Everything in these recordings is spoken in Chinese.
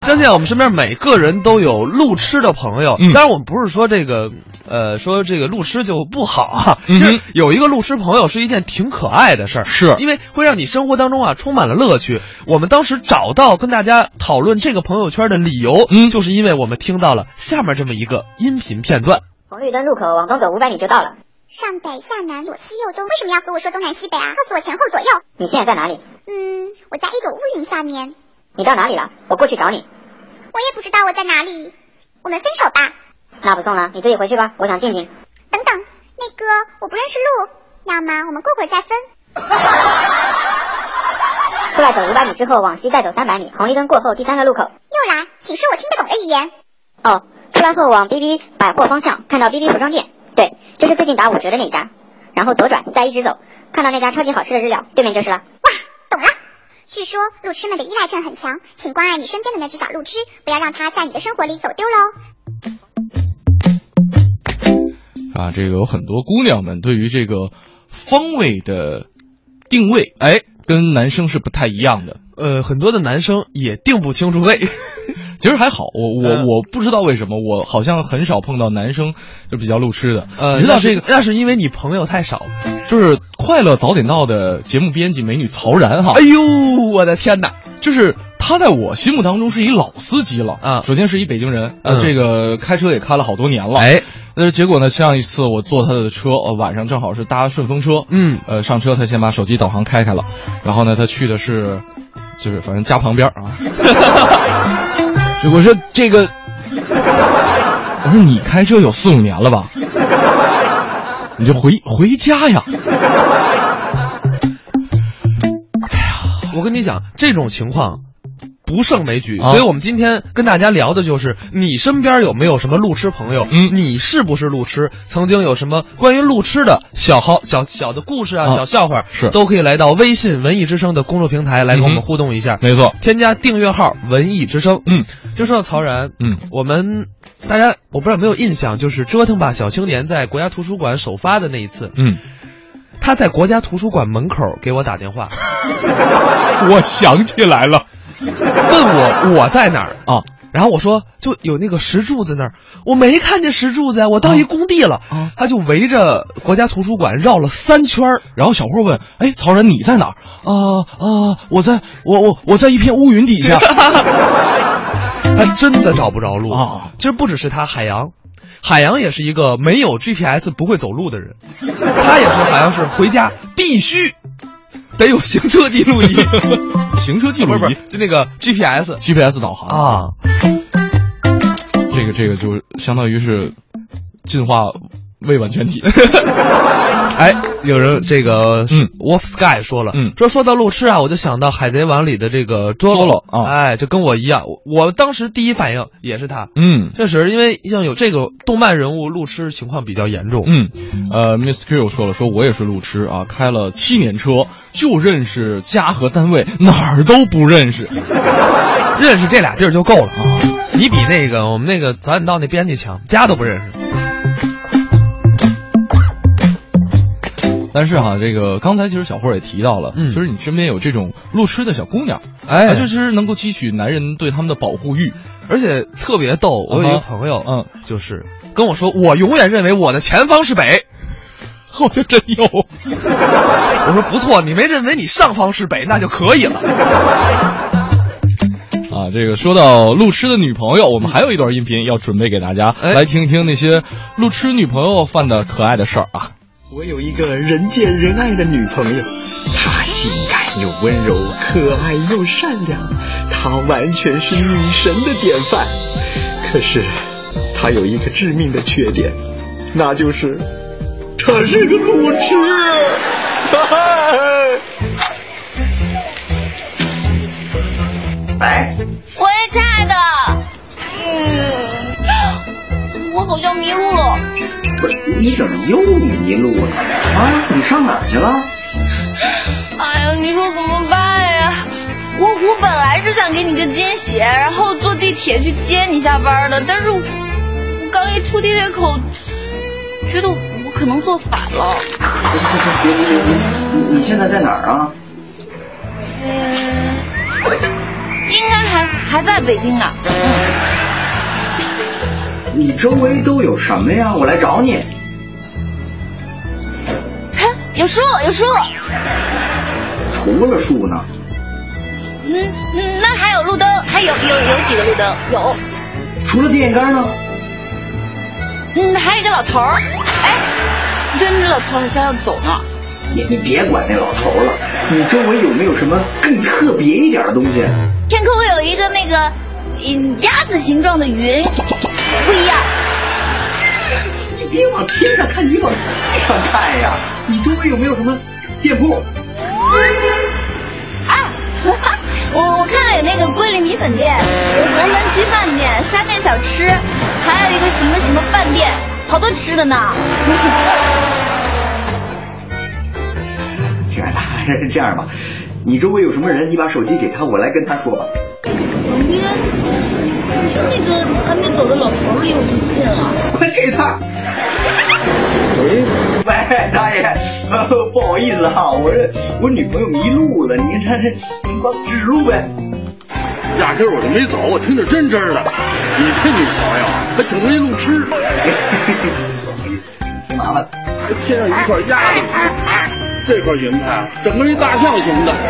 相信我们身边每个人都有路痴的朋友，当然我们不是说这个，说这个路痴就不好啊。其实有一个路痴朋友是一件挺可爱的事儿， 是因为会让你生活当中啊充满了乐趣。我们当时找到跟大家讨论这个朋友圈的理由，就是因为我们听到了下面这么一个音频片段。 红绿灯路口往东走500米就到了。 上北下南左西右东，为什么要和我说东南西北啊？告诉我前后左右。 你现在在哪里？ 我在一朵乌云下面。 你到哪里了？我过去找你。 我也不知道我在哪里。我们分手吧。 那不送了，你自己回去吧，我想静静。 等等，那个我不认识路，要么我们过会儿再分。 出来走500米之后往西再走300米，红绿灯过后第3个路口。 又来，请说我听得懂的语言。 哦，出来后往 BB 百货方向，看到 BB 服装店，对，就是最近打5折的那家。然后左转，再一直走，看到那家超级好吃的日料，对面就是了。 哇，懂了。据说路痴们的依赖症很强，请关爱你身边的那只小路痴，不要让它在你的生活里走丢喽。 啊，这个有很多姑娘们对于这个方位的定位，跟男生是不太一样的。 很多的男生也定不清楚位。 其实还好，我不知道为什么，我好像很少碰到男生就比较路痴的。你知道这个， 那是因为你朋友太少。 就是快乐早点到的节目编辑美女曹然哈。 哎呦，我的天哪！ 就是他在我心目当中是一老司机了啊。首先是一北京人，这个开车也开了好多年了。结果呢，上一次我坐他的车，晚上正好是搭顺风车，上车他先把手机导航开了，然后呢，他去的是，就是反正家旁边啊。我说这个，我说你开车有4-5年了吧？你就回家呀！ 哎呀，我跟你讲，这种情况不胜枚举，所以我们今天跟大家聊的就是你身边有没有什么路痴朋友？你是不是路痴？曾经有什么关于路痴的小的故事啊、小笑话，都可以来到微信文艺之声的公众平台来跟我们互动一下。 没错， 添加订阅号文艺之声。就说到曹然，我们大家我不知道有没有印象，就是折腾吧小青年在国家图书馆首发的那一次，他在国家图书馆门口给我打电话， 我想起来了。 问我在哪儿啊？然后我说就有那个石柱子那儿，我没看见石柱子呀，我到一工地了。他就围着国家图书馆绕了3圈， 然后小霍问：“哎，曹然你在哪儿？”我在一片乌云底下。 他真的找不着路啊！其实不只是他，海洋也是一个没有 GPS 不会走路的人，他也是好像是回家必须得有行车记录仪。 行车记录仪就那个 GPS 导航啊， 这个就相当于是进化未完全体。 有人这个Wolf Sky 说了，说到路痴啊，我就想到海贼王里的这个佐罗啊，就跟我一样，我当时第一反应也是他。确实，因为像有这个动漫人物路痴情况比较严重。 Mr. Q 说了，说我也是路痴啊，开了7年车，就认识家和单位，哪儿都不认识。 认识这俩地儿就够了啊！你比那个我们那个早点到那编辑强，家都不认识。 但是哈，这个刚才其实小霍也提到了，就是你身边有这种路痴的小姑娘，就是能够激起男人对他们的保护欲， 而且特别逗。我有一个朋友，就是跟我说，我永远认为我的前方是北， 好像真有。 我说不错，你没认为你上方是北，那就可以了。 这个说到路痴的女朋友，我们还有一段音频要准备给大家，来听一听那些路痴女朋友犯的可爱的事儿啊。 我有一个人见人爱的女朋友，她性感又温柔，可爱又善良，她完全是女神的典范。可是她有一个致命的缺点，那就是她是个路痴。 喂，亲爱的，我好像迷路了。 不是，你怎么又迷路了啊？你上哪儿去了？ 哎呀，你说怎么办呀？我本来是想给你个惊喜，然后坐地铁去接你下班的，但是我刚一出地铁口，觉得我可能坐反了。 你现在在哪儿啊？ 应该还还在北京呢。 你周围都有什么呀？我来找你。 有树。 除了树呢？ 那还有路灯，还有几个路灯？有。 除了电线杆呢？ 还有一个老头儿。哎，对，那老头儿家要走呢。 你别管那老头了，你周围有没有什么更特别一点的东西？ 天空有一个那个鸭子形状的云，不一样。 你别往天上看，你往地上看呀！你周围有没有什么店铺？ 我看到有那个桂林米粉店，有红焖鸡饭店、沙县小吃，还有一个什么饭店，好多吃的呢。 亲爱的，这样吧，你周围有什么人，你把手机给他，我来跟他说吧。 旁边就那个还没走的老头离我不近了， 快给他。喂，大爷，不好意思哈，我女朋友迷路了，您帮指路呗。 压根我就没走，我听着真的。你这女朋友还整那路痴， 挺麻烦。 这天上一块鸭子，这块云彩整个一大象形的。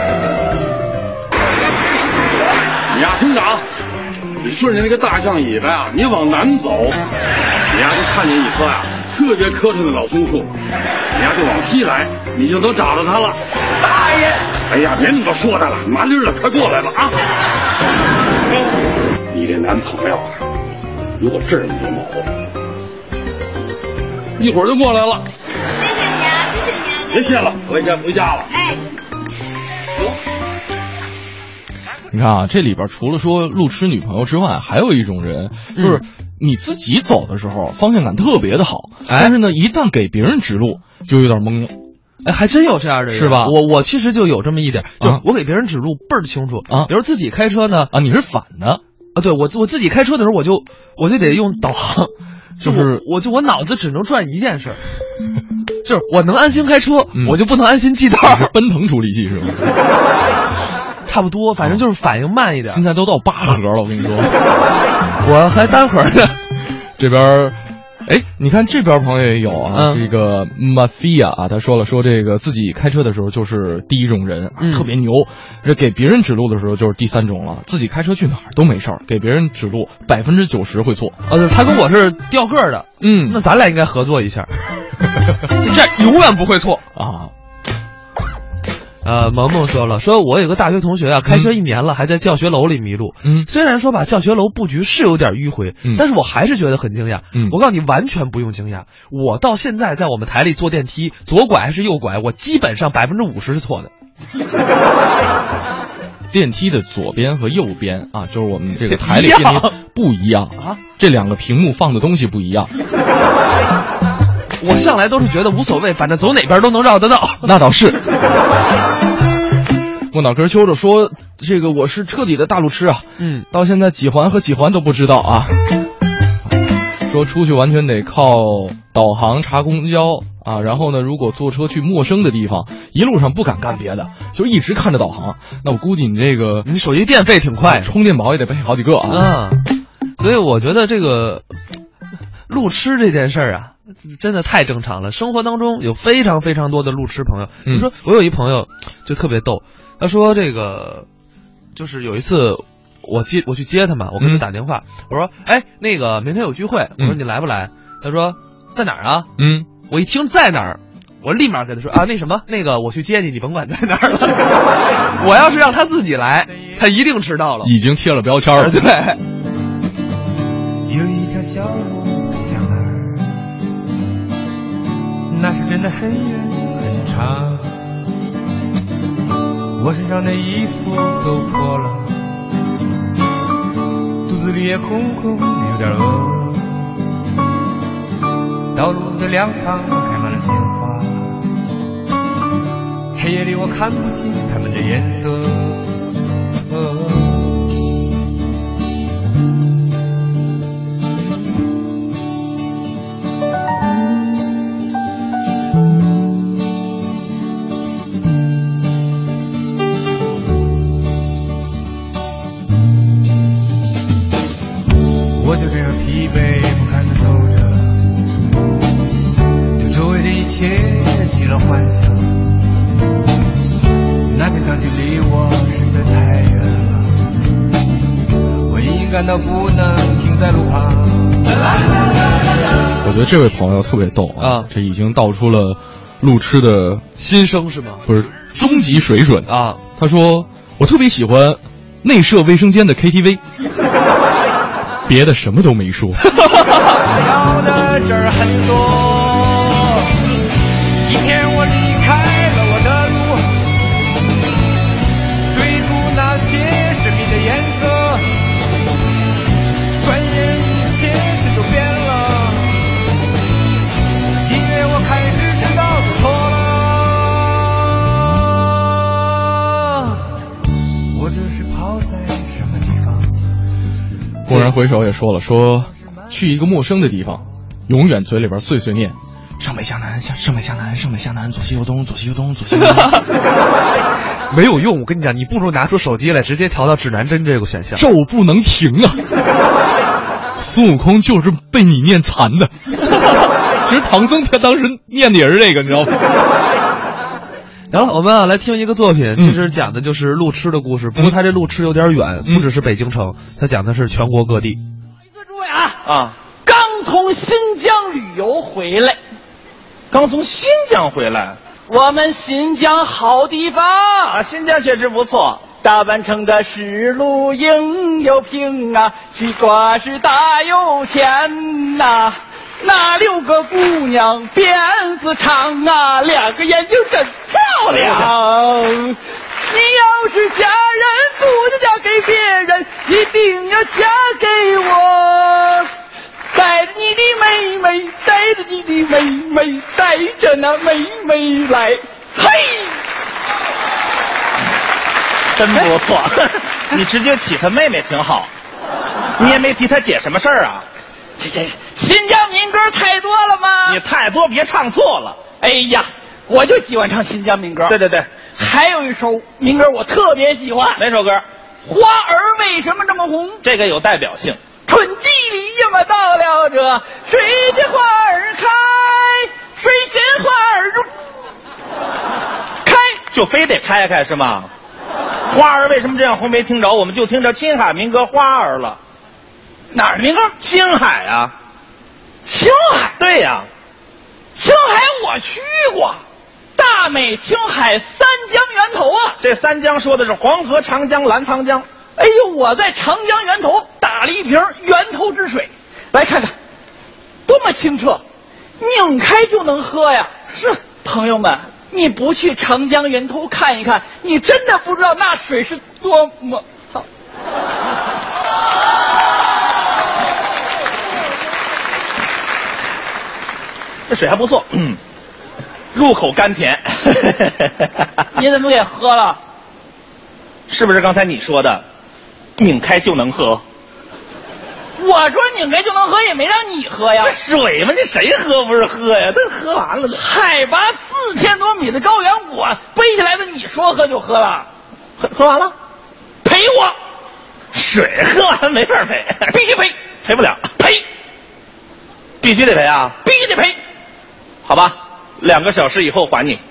你呀，厅长，你顺着那个大象尾巴呀，你往南走，你呀就看见一棵呀特别磕碜的老松树，你呀就往西来，你就能找到它了。 大爷， 哎呀，别那么说他了，麻溜了，快过来吧啊！你这男朋友啊，有点这么多毛病，一会儿就过来了。 谢谢你啊，谢谢你啊。 别谢了，我也该回家了。 哎。 你看啊，这里边除了说路痴女朋友之外，还有一种人，就是你自己走的时候方向感特别的好，但是呢，一旦给别人指路就有点懵了。 哎，还真有这样的人， 是吧？ 我其实就有这么一点，就是我给别人指路倍儿清楚啊。 比如自己开车呢， 啊，你是反的啊？对，我自己开车的时候，我就得用导航， 就是我脑子只能转一件事，就是我能安心开车，我就不能安心记道。 是奔腾处理器是吗？ 差不多，反正就是反应慢一点。 现在都到8核了，我跟你说， 我还单核呢。 这边，哎，你看这边朋友也有啊，这个 Mafia 啊，他说这个自己开车的时候就是第一种人，特别牛。这给别人指路的时候就是第3种了，自己开车去哪儿都没事儿，给别人指路90%会错。 他跟我是掉个儿的，那咱俩应该合作一下，这永远不会错啊。 萌萌说我有个大学同学啊，开车1年了，还在教学楼里迷路。虽然说把教学楼布局是有点迂回，但是我还是觉得很惊讶。我告诉你，完全不用惊讶。我到现在在我们台里坐电梯，左拐还是右拐，我基本上50%是错的。 电梯的左边和右边啊，就是我们这个台里电梯不一样啊，这2个屏幕放的东西不一样。 我向来都是觉得无所谓，反正走哪边都能绕得到。 那倒是。木脑壳揪着说：“这个我是彻底的大路痴啊，到现在几环和几环都不知道啊。说出去完全得靠导航查公交啊，然后呢，如果坐车去陌生的地方，一路上不敢干别的，就一直看着导航。那我估计你手机电费挺快， 充电宝也得备好几个啊。 所以我觉得这个路痴这件事儿啊。”真的太正常了，生活当中有非常非常多的路痴朋友。比如说我有一朋友就特别逗，他说这个就是有一次我去接他嘛，我跟他打电话，我说哎那个明天有聚会，我说你来不来？他说在哪儿啊？我一听在哪儿，我立马跟他说啊那什么那个我去接你，你甭管在哪儿了。我要是让他自己来，他一定迟到了， 已经贴了标签了。 对。 有一条小路通向哪儿？那是真的很远很长，我身上的衣服都破了，肚子里也空空有点饿，道路的两旁开满了鲜花，黑夜里我看不清它们的颜色。 着疲惫不堪的走着，对周围的一切起了幻想。那天他距离我实在太远了，我隐隐感到不能停在路旁。 我觉得这位朋友特别逗啊，这已经道出了路痴的心声是吗？ 不是，终极水准啊！ 他说我特别喜欢内设卫生间的 KTV， 别的什么都没说。 要的这儿很多，一天我离开了我的路，追逐那些神秘的颜色，转眼一切全都变了，因为我开始知道我错了，我这是跑在什么地方。 蓦然回首也说了，说去一个陌生的地方，永远嘴里边碎碎念上北下南，上北下南，上北下南，左西右东，左西右东，左西右东。 没有用，我跟你讲，你不如拿出手机来直接调到指南针这个选项， 咒不能停啊！孙悟空就是被你念残的。其实唐僧他当时念的也是这个，你知道吗？ 然后我们来听一个作品，其实讲的就是路痴的故事，不过他这路痴有点远，不只是北京城，他讲的是全国各地。 诸位啊，刚从新疆旅游回来， 刚从新疆回来， 我们新疆好地方啊，新疆确实不错。 大半城的是路应有凭啊，西瓜是大有钱呐。那6个姑娘辫子长啊，2个眼睛真漂亮。你要是嫁人，不能嫁给别人，一定要嫁给我。带着你的妹妹，带着你的妹妹，带着那妹妹来。嘿， 真不错。你直接起他妹妹挺好，你也没提他姐什么事儿啊？ 这新疆民歌太多了吗？ 你太多别唱错了。 哎呀，我就喜欢唱新疆民歌。 对对对， 还有一首民歌我特别喜欢。 哪首歌？ 花儿为什么这么红？ 这个有代表性。 春季里呀嘛到了这，水仙花儿开，水仙花儿开， 就非得开开是吗？花儿为什么这样红没听着？我们就听着青海民歌花儿了。 哪儿的民歌？ 青海啊。 青海？ 对呀。 青海我去过，大美青海三江源头啊。 这三江说的是黄河、长江、澜沧江。 哎呦，我在长江源头打了一瓶源头之水，来看看，多么清澈，拧开就能喝呀。 是， 朋友们，你不去长江源头看一看，你真的不知道那水是多么好。 这水还不错，入口甘甜。 你怎么给喝了？ 是不是刚才你说的拧开就能喝？ 我说拧开就能喝，也没让你喝呀。 这水嘛，这谁喝不是喝呀？都喝完了。 海拔4000多米的高原，我背下来的，你说喝就喝了？ 喝完了， 赔我！ 水喝完没法赔， 必须赔， 赔不了， 赔， 必须得赔啊， 必须得赔。 好吧，2个小时以后还你。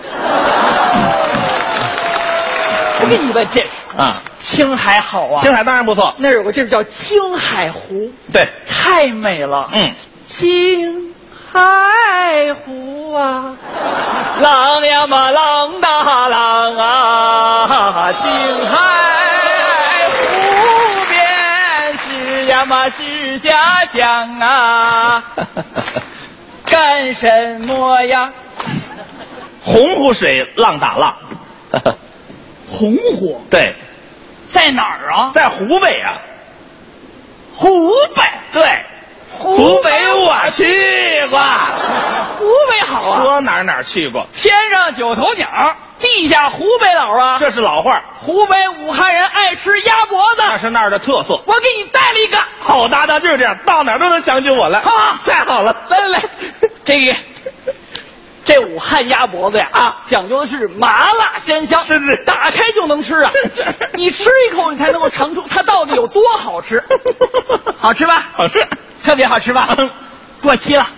我给你个解释啊， 青海好啊， 青海当然不错， 那有个地儿叫青海湖， 对， 太美了。青海湖啊，浪呀嘛浪大浪啊，青海湖边是呀嘛是家乡啊，干什么呀？ 洪湖水浪打浪。 洪湖？ 对， 在哪儿啊？ 在湖北啊。 湖北？ 对，湖北我去过。 湖北好啊。 说哪儿去过？ 天上9头鸟，地下湖北佬啊。 这是老话。 湖北武汉人爱吃鸭脖子， 那是那儿的特色。 我给你带了一个。 好搭档就是这样，到哪儿都能想起我来。 好啊， 太好了。 来，给这武汉鸭脖子呀，讲究的是麻辣鲜香，打开就能吃啊！你吃一口，你才能够尝出它到底有多好吃。好吃吧？ 好吃， 特别好吃吧？过期了。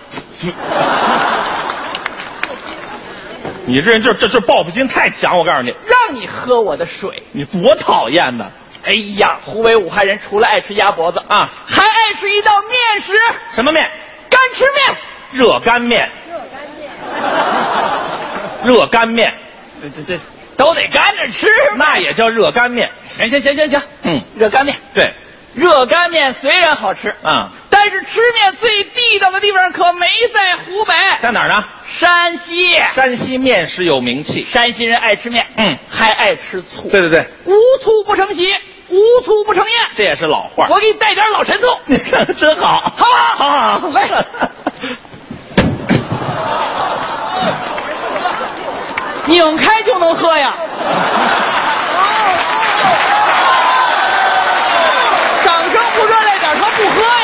你这人这报复心太强，我告诉你， 让你喝我的水， 你多讨厌呢！ 哎呀，湖北武汉人除了爱吃鸭脖子啊，还爱吃一道面食。 什么面？ 干吃面。 热干面。热干面， 这都得干着吃， 那也叫热干面。 行，热干面。 对， 热干面虽然好吃但是吃面最地道的地方可没在湖北， 在哪儿呢？ 山西。 山西面食有名气， 山西人爱吃面，还爱吃醋。 对， 无醋不成席，无醋不成宴， 这也是老话。 我给你带点老陈醋， 你看看真好， 好吧？ 好， 来。拧开就能喝呀！掌声不热烈点，他不喝呀！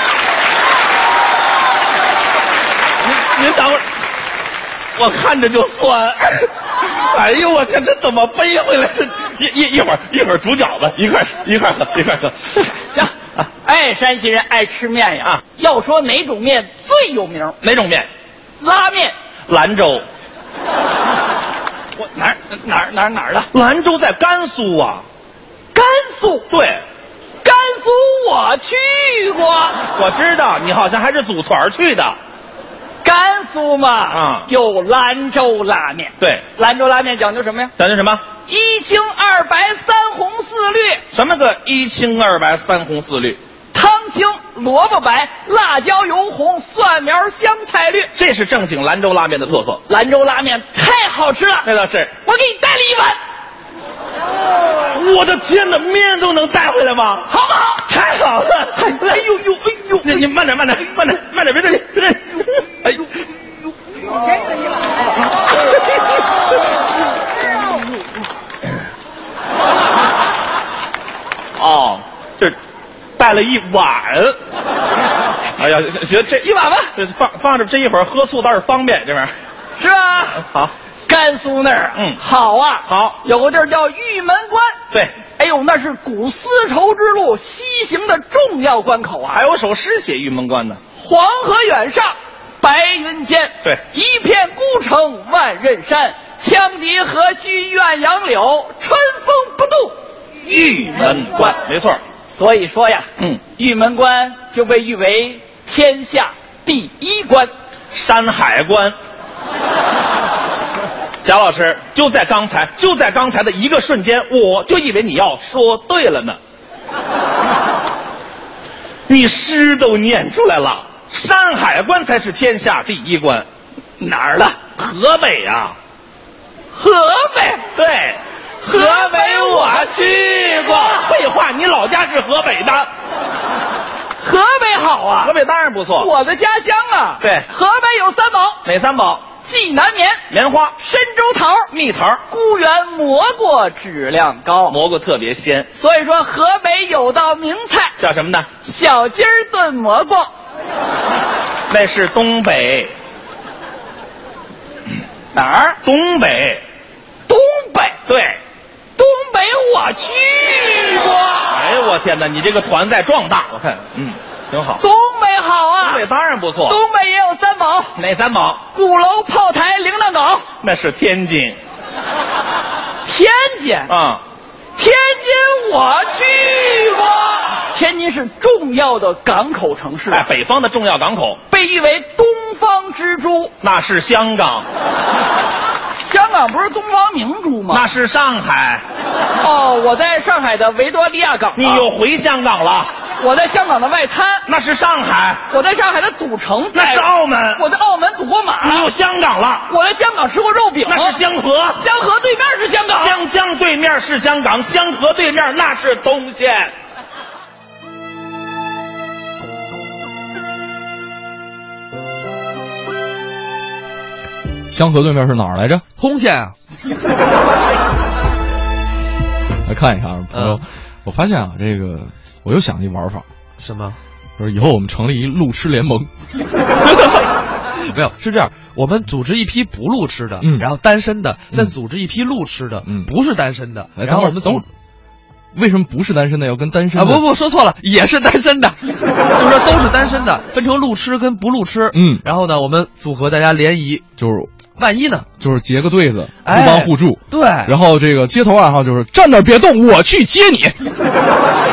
您等会儿，我看着就酸。哎呦，我天，这怎么背回来的？一会儿煮饺子，一块喝。 行，山西人爱吃面呀。要说哪种面最有名？ 哪种面？ 拉面。 兰州。 我哪儿的？ 兰州在甘肃啊。 甘肃？ 对， 甘肃我去过。 我知道，你好像还是组团去的。 甘肃嘛，有兰州拉面。 对， 兰州拉面讲究什么呀？ 讲究什么？ 一清二白三红四绿。 什么个一清二白三红四绿？ 汤清、萝卜白、辣椒油红、蒜苗香菜绿， 这是正经兰州拉面的特色。 兰州拉面太好吃了， 那倒是。 我给你带了一碗。我的天哪，面都能带回来吗？ 好不好？ 太好了！哎呦，你慢点，别着急。哎呦，哦，这带了一碗。哎呀，行，这一碗吧， 这放着，这一会儿喝醋倒是方便，这边是吧？ 好， 甘肃那儿好啊， 好， 有个地儿叫玉门关。 对， 哎呦，那是古丝绸之路西行的重要关口啊。 还有首诗写玉门关呢： 黄河远上，白云间。 对， 一片孤城万仞山，羌笛何须怨杨柳，春风不度玉门关。 没错。 所以说呀，玉门关就被誉为天下第一关， 山海关。贾老师，就在刚才的一个瞬间，我就以为你要说对了呢。你诗都念出来了，山海关才是天下第一关。 哪儿的？ 河北啊。 河北？ 对。河北我去过。废话，你老家是河北的。 河北好啊， 河北当然不错， 我的家乡啊。 对， 河北有三宝。 哪三宝？ 济南棉、 棉花、 深州桃、 蜜桃。 沽源蘑菇质量高， 蘑菇特别鲜。 所以说河北有道名菜叫什么呢？ 小鸡儿炖蘑菇。 那是东北。 哪儿？ 东北。 东北？ 对。 东北我去过。 哎呦我天哪，你这个团在壮大，我看挺好。 东北好啊。 东北当然不错。 东北也有三宝。 哪三宝？ 鼓楼、炮台、铃铛镐。 那是天津。 天津？天津我去过。天津是重要的港口城市， 北方的重要港口， 被誉为东方之珠。 那是香港。 香港不是东方明珠吗？ 那是上海。 哦，我在上海的维多利亚港。 你又回香港了？ 我在香港的外滩。 那是上海。 我在上海的赌城。 那是澳门。 我在澳门赌过马。 你又香港了？ 我在香港吃过肉饼。 那是香河。 香河对面是香港。 香江对面是香港，香河对面那是东线。 香河对面是哪儿来着？ 通县啊。 来看一下朋友，我发现啊，这个我又想一玩法。 什么？ 就是以后我们成立一路痴联盟。 没有，是这样，我们组织一批不路痴的，然后单身的，再组织一批路痴的，不是单身的，然后我们为什么不是单身的要跟单身的？ 不，说错了，也是单身的，就是说都是单身的，分成路痴跟不路痴。然后呢，我们组合大家联谊， 就是万一呢， 就是结个对子，互帮互助。 对， 然后这个街头暗号就是站那儿别动，我去接你。